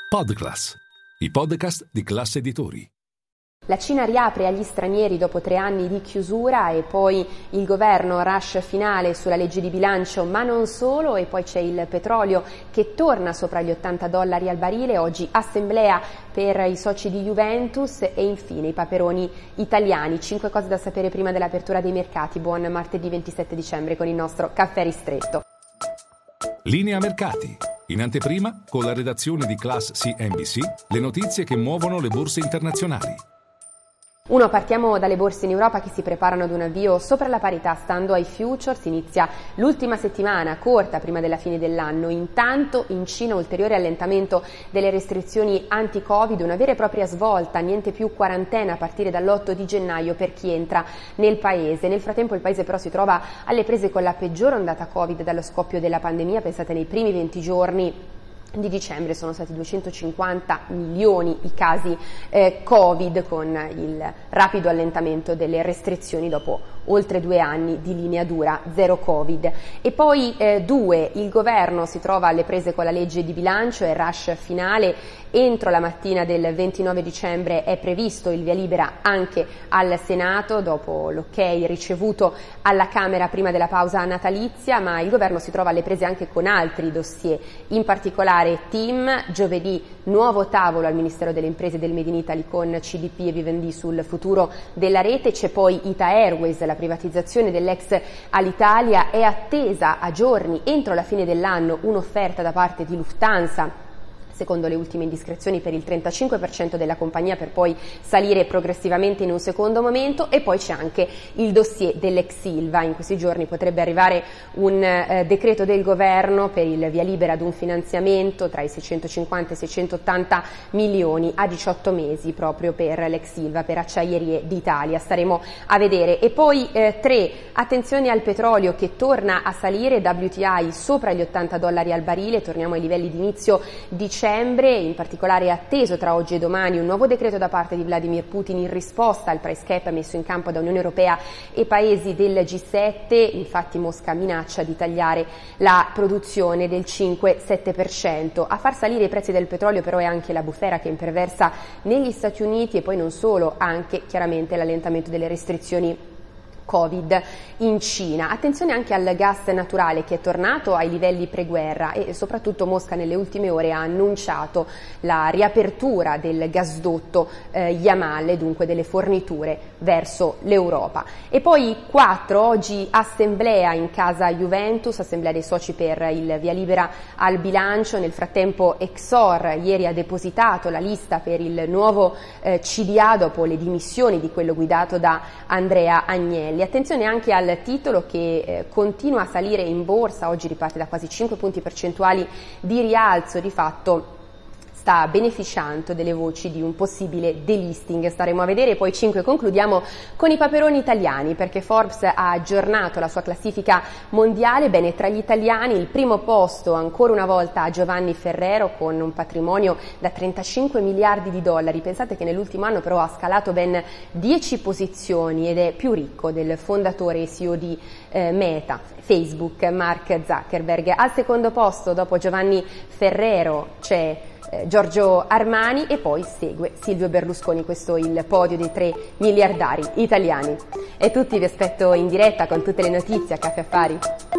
Podclass, i podcast di Class Editori. La Cina riapre agli stranieri dopo 3 anni di chiusura e poi il governo rush finale sulla legge di bilancio, ma non solo, e poi c'è il petrolio che torna sopra gli $80 al barile, oggi assemblea per i soci di Juventus e infine i paperoni italiani. 5 cose da sapere prima dell'apertura dei mercati. Buon martedì 27 dicembre con il nostro caffè ristretto. Linea mercati. In anteprima, con la redazione di Class CNBC, le notizie che muovono le borse internazionali. Partiamo dalle borse in Europa che si preparano ad un avvio sopra la parità stando ai futures. Inizia l'ultima settimana corta prima della fine dell'anno. Intanto in Cina ulteriore allentamento delle restrizioni anti-Covid, una vera e propria svolta, niente più quarantena a partire dall'8 di gennaio per chi entra nel paese. Nel frattempo il paese però si trova alle prese con la peggiore ondata Covid dallo scoppio della pandemia. Pensate, nei primi 20 giorni di dicembre sono stati 250 milioni i casi Covid, con il rapido allentamento delle restrizioni dopo oltre 2 anni di linea dura zero Covid. E poi il governo si trova alle prese con la legge di bilancio e rush finale. Entro la mattina del 29 dicembre è previsto il via libera anche al Senato dopo l'ok ricevuto alla Camera prima della pausa natalizia, ma il governo si trova alle prese anche con altri dossier, in particolare TIM, giovedì nuovo tavolo al Ministero delle Imprese e del Made in Italy con CDP e Vivendi sul futuro della rete. C'è poi Ita Airways, la privatizzazione dell'ex Alitalia. È attesa a giorni entro la fine dell'anno un'offerta da parte di Lufthansa, secondo le ultime indiscrezioni per il 35% della compagnia, per poi salire progressivamente in un secondo momento. E poi c'è anche il dossier dell'ex Ilva. In questi giorni potrebbe arrivare un decreto del governo per il via libera ad un finanziamento tra i 650 e 680 milioni a 18 mesi proprio per l'ex Ilva, per Acciaierie d'Italia. Staremo a vedere. E poi 3, attenzione al petrolio che torna a salire, WTI sopra gli $80 al barile, torniamo ai livelli di inizio dicembre. In particolare è atteso tra oggi e domani un nuovo decreto da parte di Vladimir Putin in risposta al price cap messo in campo da Unione Europea e paesi del G7. Infatti Mosca minaccia di tagliare la produzione del 5-7%. A far salire i prezzi del petrolio però è anche la bufera che imperversa negli Stati Uniti e poi non solo, anche chiaramente l'allentamento delle restrizioni Covid in Cina. Attenzione anche al gas naturale che è tornato ai livelli pre-guerra e soprattutto Mosca nelle ultime ore ha annunciato la riapertura del gasdotto Yamal, dunque delle forniture verso l'Europa. E poi 4, oggi assemblea in casa Juventus, assemblea dei soci per il via libera al bilancio. Nel frattempo Exor ieri ha depositato la lista per il nuovo CDA dopo le dimissioni di quello guidato da Andrea Agnelli. Attenzione anche al titolo che continua a salire in borsa, oggi riparte da quasi 5 punti percentuali di rialzo, di fatto sta beneficiando delle voci di un possibile delisting. Staremo a vedere. Poi 5 concludiamo con i paperoni italiani, perché Forbes ha aggiornato la sua classifica mondiale. Bene, tra gli italiani il primo posto ancora una volta a Giovanni Ferrero con un patrimonio da $35 miliardi. Pensate che nell'ultimo anno però ha scalato ben 10 posizioni ed è più ricco del fondatore e CEO di Meta, Facebook, Mark Zuckerberg. Al secondo posto dopo Giovanni Ferrero c'è Giorgio Armani e poi segue Silvio Berlusconi. Questo è il podio dei 3 miliardari italiani. E tutti vi aspetto in diretta con tutte le notizie a Caffè Affari.